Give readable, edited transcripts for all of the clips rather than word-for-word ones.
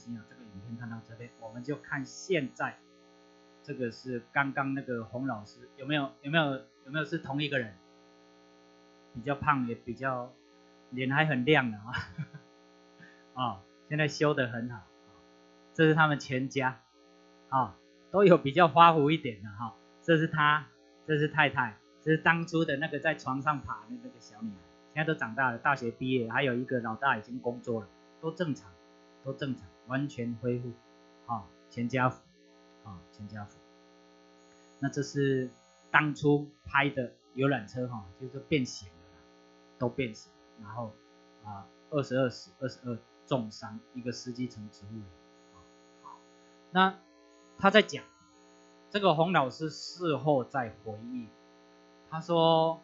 系啊，这个影片看到这边，我们就看现在，这个是刚刚那个洪老师，有没有是同一个人？比较胖也比较脸还很亮的啊，哦，现在修得很好，这是他们全家，哦，都有比较花胡一点的哈，这是他，这是太太，这是当初的那个在床上爬的那个小女孩，现在都长大了，大学毕业，还有一个老大已经工作了，都正常，完全恢复，全家福，全家福。那这是当初拍的游览车就是变形了，都变形，然后22死，22重伤，一个司机成植物人。那他在讲这个洪老师事后在回忆，他说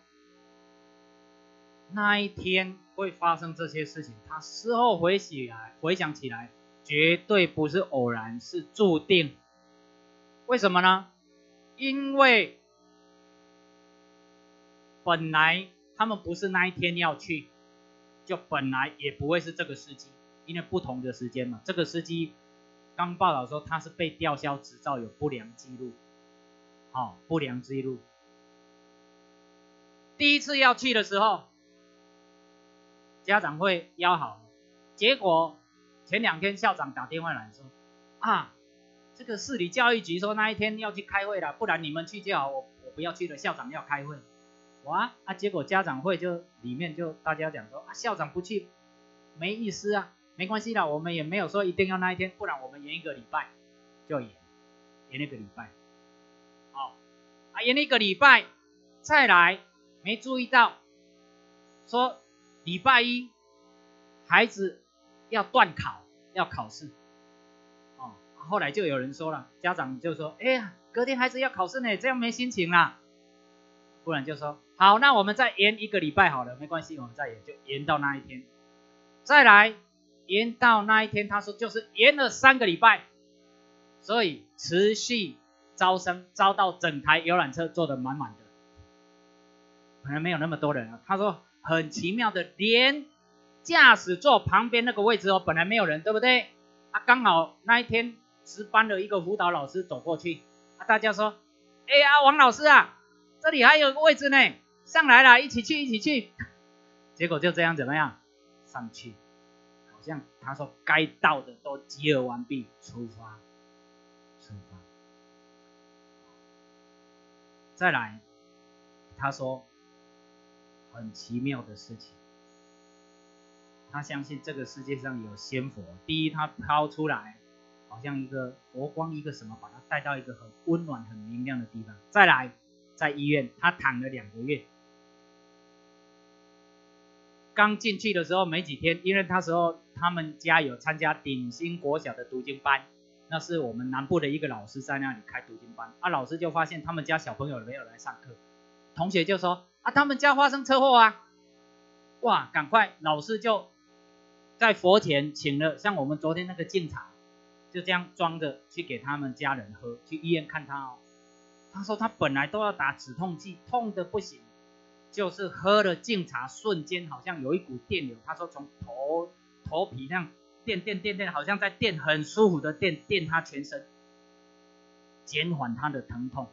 那一天会发生这些事情，他事后回想起来，绝对不是偶然，是注定。为什么呢？因为本来他们不是那一天要去，就本来也不会是这个司机，因为不同的时间嘛。这个司机刚报道说他是被吊销执照，有不良记录，不良记录。第一次要去的时候，家长会邀好了，结果前2天校长打电话来说这个市里教育局说那一天要去开会了，不然你们去就好，我不要去了，校长要开会。结果家长会就里面就大家讲说校长不去没意思啊，没关系啦，我们也没有说一定要那一天，不然我们延1个礼拜，就延1个礼拜，延1个礼拜再来，没注意到说礼拜1孩子要段考，要考试，后来就有人说了，家长就说隔天孩子要考试呢，这样没心情啦，不然就说好，那我们再延1个礼拜好了，没关系，我们再延，就延到那一天，再来延到那一天，他说就是延了3个礼拜，所以持续招生，招到整台游览车坐得满满的，可能没有那么多人啊。他说很奇妙的，连驾驶座旁边那个位置本来没有人，对不对？刚好那一天值班的一个辅导老师走过去，大家说王老师这里还有个位置呢，上来了，一起去。结果就这样怎么样上去，好像他说该到的都集合完毕，出发。再来，他说很奇妙的事情，他相信这个世界上有仙佛。第一，他飘出来，好像一个佛光，一个什么，把他带到一个很温暖、很明亮的地方。再来，在医院，他躺了2个月。刚进去的时候没几天，因为那时候他们家有参加鼎新国小的读经班，那是我们南部的一个老师在那里开读经班，老师就发现他们家小朋友没有来上课，同学就说他们家发生车祸赶快老师就在佛前请了像我们昨天那个净茶，就这样装着去给他们家人喝，去医院看他他说他本来都要打止痛剂，痛得不行，就是喝了净茶，瞬间好像有一股电流，他说从头皮这样电，好像在电，很舒服的电他全身，减缓他的疼痛。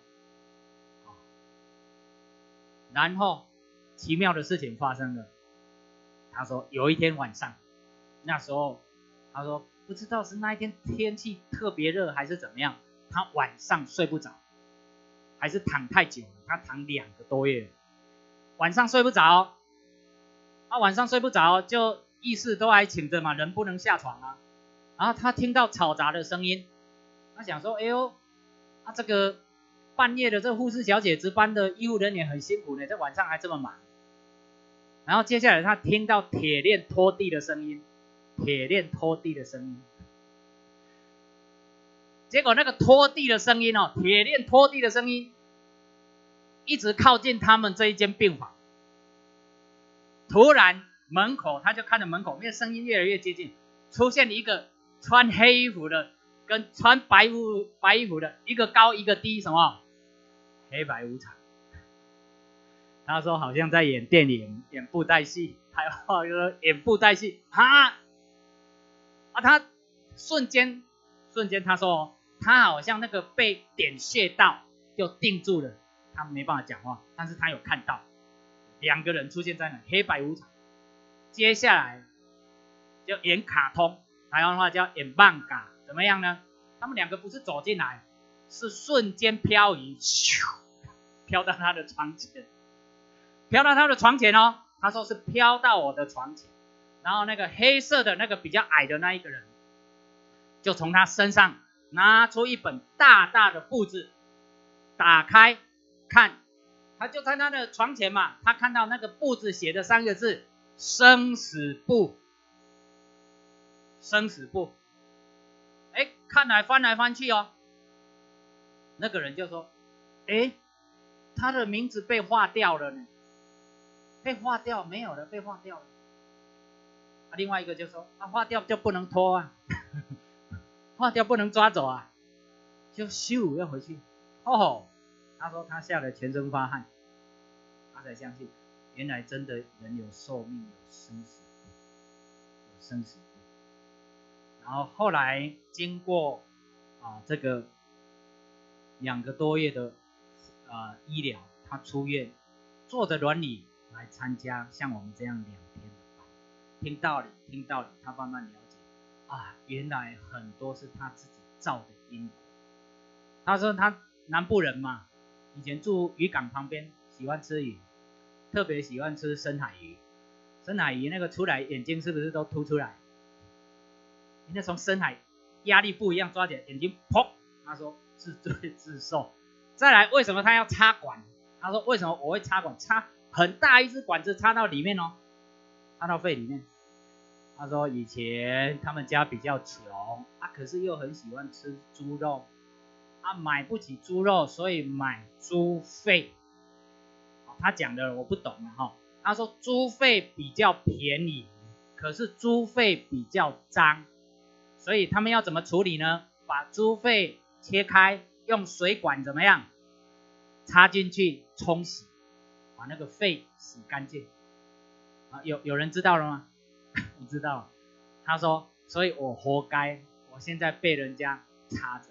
然后奇妙的事情发生了，他说有一天晚上，那时候他说不知道是那一天天气特别热还是怎么样，他晚上睡不着，还是躺太久了，他躺2个多月，晚上睡不着，晚上睡不着就意识都还醒着嘛，人不能下床然后他听到嘈杂的声音，他想说这个半夜的这护士小姐值班的医护人员很辛苦呢，这晚上还这么忙。然后接下来他听到铁链拖地的声音，结果那个拖地的声音铁链拖地的声音一直靠近他们这一间病房，突然门口他就看着门口，因为声音越来越接近，出现一个穿黑衣服的跟穿白衣服的，一个高一个低，什么黑白无常。他说好像在演电影，演布袋戏，还有演布袋戏他瞬间他说他好像那个被点穴到就定住了，他没办法讲话，但是他有看到2个人出现在那，黑白无常。接下来就演卡通，台湾话叫演漫嘎，怎么样呢？他们2个不是走进来，是瞬间漂移，飘到他的床前，哦。他说是飘到我的床前，然后那个黑色的那个比较矮的那一个人，就从他身上拿出一本大大的簿子，打开看，他就在他的床前嘛，他看到那个簿子写的3个字：生死簿。生死簿，看来翻来翻去哦，那个人就说，他的名字被划掉了呢，被划掉没有了，被划掉了。另外一个就说，划掉就不能拖啊，划掉不能抓走啊，就咻要回去。他说他吓得全身发汗，他才相信，原来真的人有寿命，有生死簿，有生死簿。然后后来经过这个2个多月的医疗，他出院，坐着轮椅来参加像我们这样2天的班，听道理，他慢慢了解原来很多是他自己造的因果。他说他南部人嘛，以前住渔港旁边，喜欢吃鱼，特别喜欢吃深海鱼。深海鱼那个出来眼睛是不是都凸出来？因为从深海压力不一样，抓起来眼睛砰，他说自罪自受。再来，为什么他要插管？他说为什么我会插管？插很大一支管子插到里面哦，插到肺里面。他说以前他们家比较穷可是又很喜欢吃猪肉买不起猪肉，所以买猪肺。他讲的我不懂他说猪肺比较便宜，可是猪肺比较脏，所以他们要怎么处理呢？把猪肺切开，用水管怎么样插进去冲洗，把那个肺洗干净。有人知道了吗？不知道。他说所以我活该，我现在被人家插着。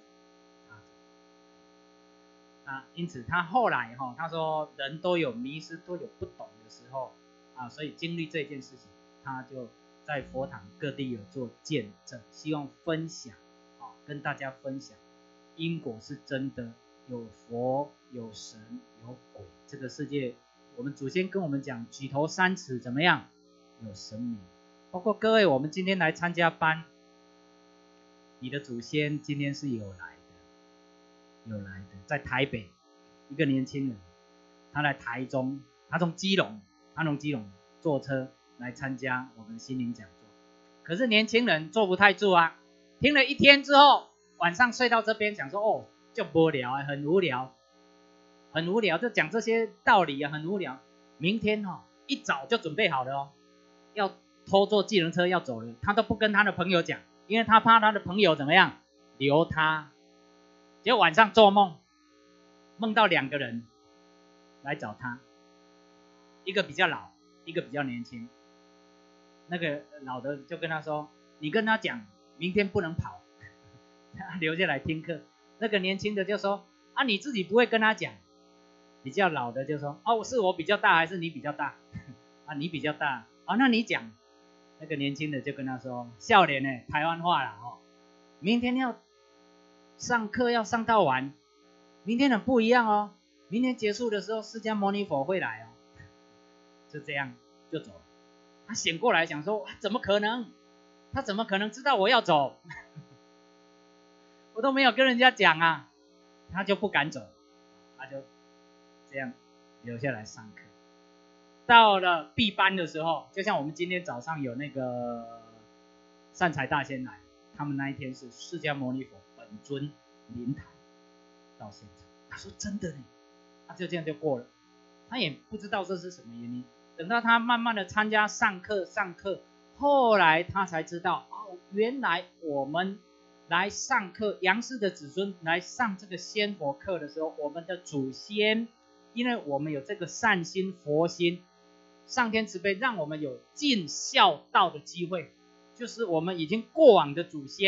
因此他后来他说人都有迷失，都有不懂的时候所以经历这件事情，他就在佛堂各地有做见证，希望分享跟大家分享因果是真的，有佛有神有鬼，这个世界我们祖先跟我们讲举头三尺怎么样，有神明。包括各位我们今天来参加班，你的祖先今天是有来的，在台北一个年轻人，他来台中，他从基隆坐车来参加我们心灵讲座。可是年轻人坐不太住听了1天之后，晚上睡到这边，想说就无聊很无聊，就讲这些道理很无聊。明天一早就准备好了要偷坐计程车要走了，他都不跟他的朋友讲，因为他怕他的朋友怎么样留他。结果晚上做梦到2个人来找他，一个比较老，一个比较年轻。那个老的就跟他说，你跟他讲明天不能跑，留下来听课。那个年轻的就说你自己不会跟他讲。比较老的就说是我比较大还是你比较大你比较大那你讲。那个年轻的就跟他说，少年呢，台湾话啦明天要上课要上到晚，明天很不一样明天结束的时候释迦牟尼佛会来就这样就走了。他醒过来想说怎么可能，他怎么可能知道我要走我都没有跟人家讲他就不敢走，他就这样留下来上课。到了闭班的时候，就像我们今天早上有那个善财大仙来，他们那一天是释迦牟尼佛本尊临台到现场。他说真的呢，就这样就过了。他也不知道这是什么原因，等到他慢慢的参加上课，后来他才知道原来我们来上课，杨氏的子孙来上这个仙佛课的时候，我们的祖先因为我们有这个善心佛心，上天慈悲让我们有尽孝道的机会，就是我们已经过往的祖先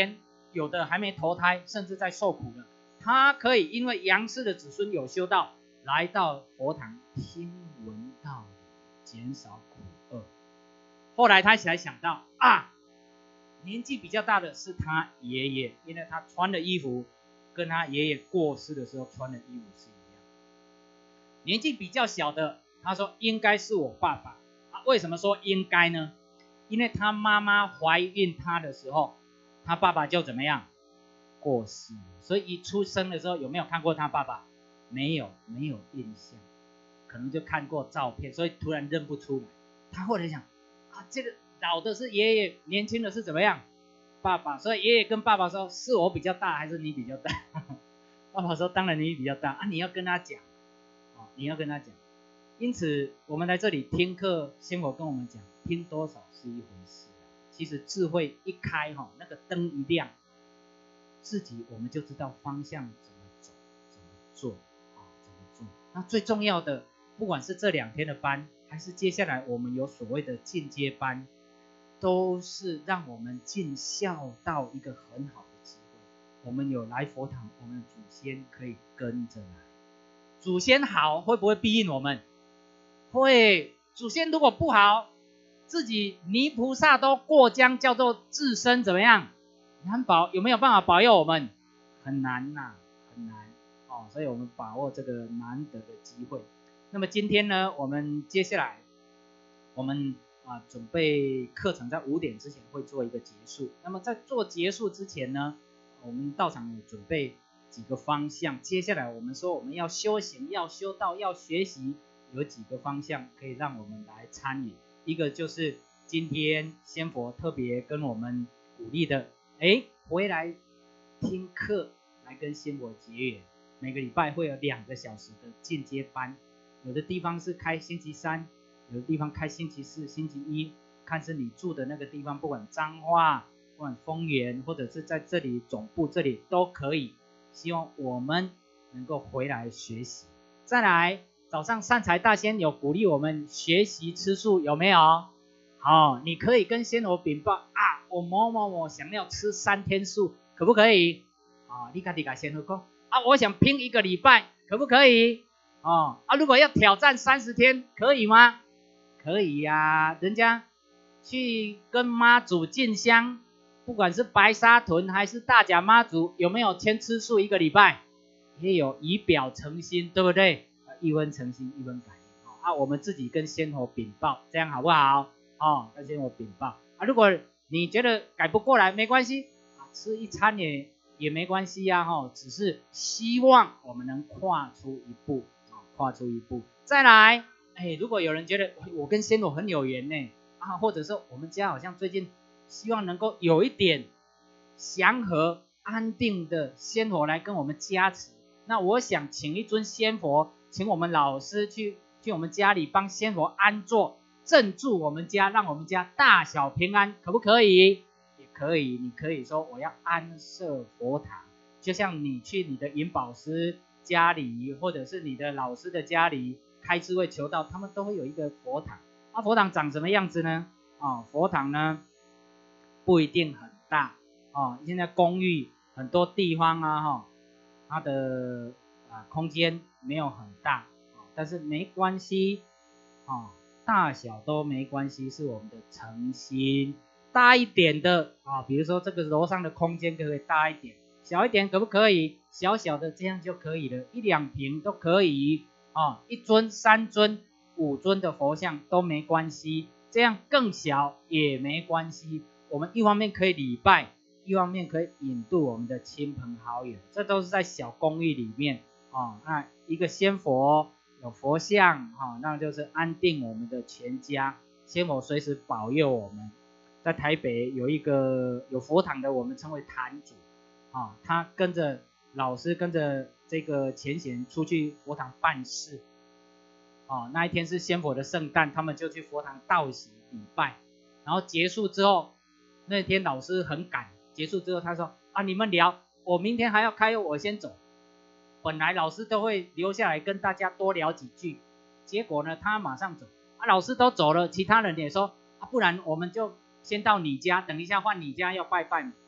有的还没投胎，甚至在受苦的，他可以因为杨氏的子孙有修道，来到佛堂听闻道理，减少苦厄。后来他才想到啊，年纪比较大的是他爷爷，因为他穿的衣服跟他爷爷过世的时候穿的衣服是一样。年纪比较小的，他说应该是我爸爸。为什么说应该呢？因为他妈妈怀孕他的时候，他爸爸就怎么样过世了，所以一出生的时候有没有看过他爸爸？没有印象，可能就看过照片，所以突然认不出来。他后来想啊，这个老的是爷爷，年轻的是怎么样？爸爸。所以爷爷跟爸爸说，是我比较大还是你比较大？爸爸说当然你比较大啊，你要跟他讲，你要跟他讲。因此我们来这里听课，先佛跟我们讲，听多少是一回事，其实智慧一开，那个灯一亮，自己我们就知道方向怎么走，怎么做，怎么做。那最重要的，不管是这2天的班，还是接下来我们有所谓的进阶班，都是让我们尽孝道一个很好的机会。我们有来佛堂，我们的祖先可以跟着来。祖先好，会不会庇荫我们？会。祖先如果不好，自己泥菩萨都过江，叫做自身怎么样？难保。有没有办法保佑我们？很难呐，很难所以我们把握这个难得的机会。那么今天呢，我们接下来我们准备课程在5点之前会做一个结束。那么在做结束之前呢，我们道场有准备几个方向。接下来我们说我们要修行，要修道，要学习，有几个方向可以让我们来参与。一个就是今天仙佛特别跟我们鼓励的，回来听课，来跟仙佛结缘。每个礼拜会有2个小时的进阶班，有的地方是开星期3，有的地方开星期4、星期1，看是你住的那个地方，不管彰化，不管丰原，或者是在这里总部这里都可以。希望我们能够回来学习。再来，早上善财大仙有鼓励我们学习吃素，有没有？你可以跟仙佛禀报我某某某想要吃3天素，可不可以？你跟仙佛说我想拼1个礼拜，可不可以？如果要挑战30天，可以吗？可以呀，人家去跟妈祖进香，不管是白沙屯还是大甲妈祖，有没有先吃素1个礼拜？也有，以表诚心，对不对？一分诚心，一分感应。我们自己跟仙佛禀报，这样好不好？跟仙佛禀报。如果你觉得改不过来，没关系，吃1餐也没关系呀，只是希望我们能跨出一步，跨出一步。再来，如果有人觉得我跟仙佛很有缘呢，或者说我们家好像最近希望能够有一点祥和安定的仙佛来跟我们加持，那我想请一尊仙佛，请我们老师去我们家里帮仙佛安坐，镇住我们家，让我们家大小平安，可不可以？也可以。你可以说我要安设佛堂，就像你去你的银宝师家里，或者是你的老师的家里开智慧求道，他们都会有一个佛堂。佛堂长什么样子呢？佛堂呢不一定很大，现在公寓很多地方它的空间没有很大，但是没关系，大小都没关系，是我们的诚心。大一点的比如说这个楼上的空间可不可以大一点？小一点可不可以？小小的这样就可以了，1、2坪都可以1尊、3尊、5尊的佛像都没关系，这样更小也没关系。我们一方面可以礼拜，一方面可以引渡我们的亲朋好友，这都是在小公寓里面那一个仙佛有佛像那就是安定我们的全家，仙佛随时保佑我们。在台北有一个有佛堂的，我们称为坛主他跟着老师跟着这个前贤出去佛堂办事那一天是仙佛的圣诞，他们就去佛堂道喜礼拜，然后结束之后，那天老师很赶，结束之后他说你们聊，我明天还要开，我先走。本来老师都会留下来跟大家多聊几句，结果呢他马上走老师都走了，其他人也说不然我们就先到你家，等一下换你家要拜拜。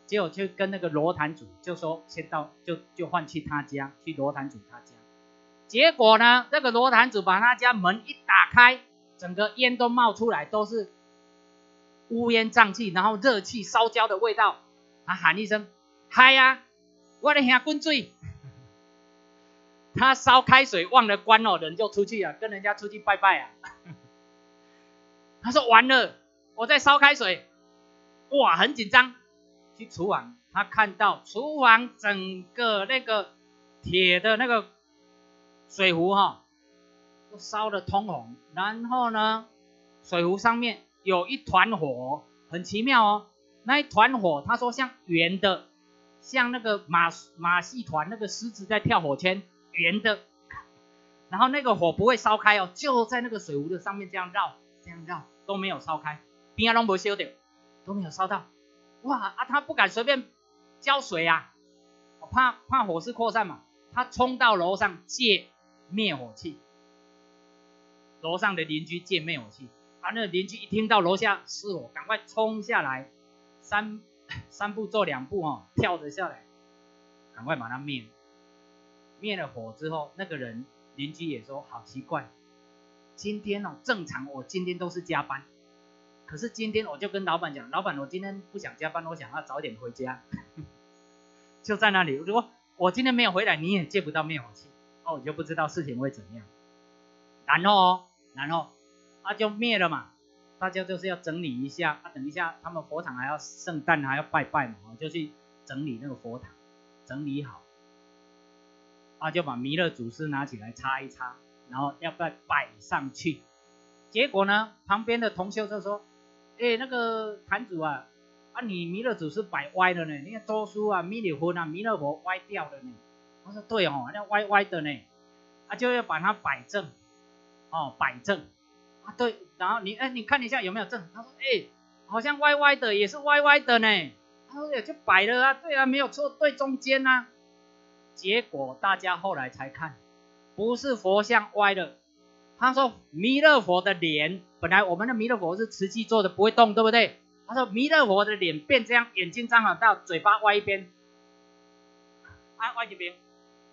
结果就跟那个罗坛主就说先到就换去他家，去罗坛主他家。结果呢，这个罗坛主把他家门一打开，整个烟都冒出来，都是乌烟瘴气，然后热气烧焦的味道。他喊一声：“嗨呀，我的兄滚水！”他烧开水忘了关哦，人就出去了，跟人家出去拜拜啊。他说完了，我在烧开水，哇，很紧张。去厨房，他看到厨房整个那个铁的那个水壶都烧得通红，然后呢，水壶上面有一团火，很奇妙哦。那一团火，他说像圆的，像那个马戏团那个狮子在跳火圈，圆的。然后那个火不会烧开哦，就在那个水壶的上面这样绕，都没有烧开，边都没烧到，都没有烧到。哇他不敢随便浇水啊，怕火势扩散嘛。他冲到楼上借灭火器，楼上的邻居借灭火器。那个邻居一听到楼下失火，赶快冲下来，三步做2步跳着下来，赶快把它灭了。灭了火之后，那个人邻居也说好奇怪，今天正常我今天都是加班。可是今天我就跟老板讲，老板，我今天不想加班，我想要早点回家。就在那里，如果我今天没有回来，你也借不到灭火器，我就不知道事情会怎样。然后就灭了嘛，大家就是要整理一下等一下他们佛堂还要圣诞还要拜拜嘛，就去整理那个佛堂，整理好，就把弥勒祖师拿起来擦一擦，然后要摆上去。结果呢，旁边的同修就说：“那个坛主啊，你弥勒祖师摆歪了呢，你看周书啊、弥勒佛啊、弥勒佛歪掉了呢。”他说：“对那歪歪的呢，就要把它摆正，摆正对。然后你看一下有没有正？”他说：“好像歪歪的，也是歪歪的呢。”他说：“也就摆了啊，对啊，没有错，对中间啊。”结果大家后来才看，不是佛像歪了。他说弥勒佛的脸，本来我们的弥勒佛是瓷器做的，不会动，对不对？他说弥勒佛的脸变这样，眼睛张好大，嘴巴歪一边，歪一边。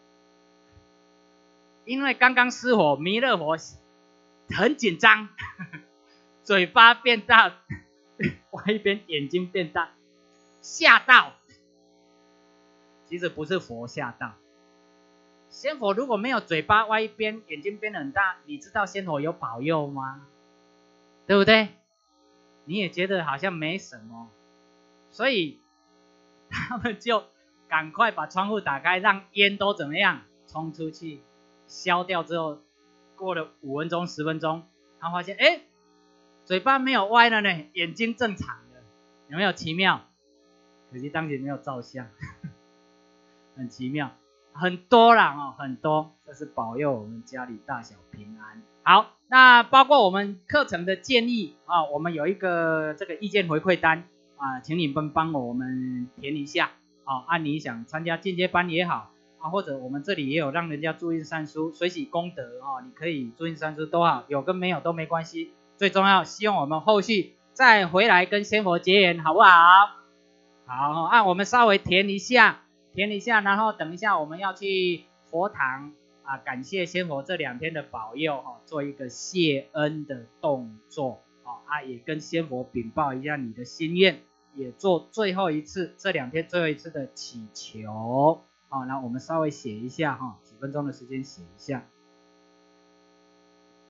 因为刚刚失火，弥勒佛很紧张，嘴巴变大，歪一边，眼睛变大，吓到。其实不是佛吓到。仙佛如果没有嘴巴歪一边，眼睛变得很大，你知道仙佛有保佑吗？对不对？你也觉得好像没什么，所以他们就赶快把窗户打开，让烟都怎么样冲出去，消掉之后，过了5分钟10分钟，他发现嘴巴没有歪了呢，眼睛正常了，有没有奇妙？可惜当时没有照相，很奇妙。很多啦很多，这是保佑我们家里大小平安。好，那包括我们课程的建议我们有一个这个意见回馈单请你们帮我们填一下按你想参加进阶班也好或者我们这里也有让人家注印三书随喜功德你可以注印三书都好，有跟没有都没关系，最重要希望我们后续再回来跟仙佛结缘，好不好？好，我们稍微填一下，然后等一下我们要去佛堂感谢仙佛这2天的保佑做一个谢恩的动作也跟仙佛禀报一下你的心愿，也做最后一次这2天最后一次的祈求那我们稍微写一下几分钟的时间写一下。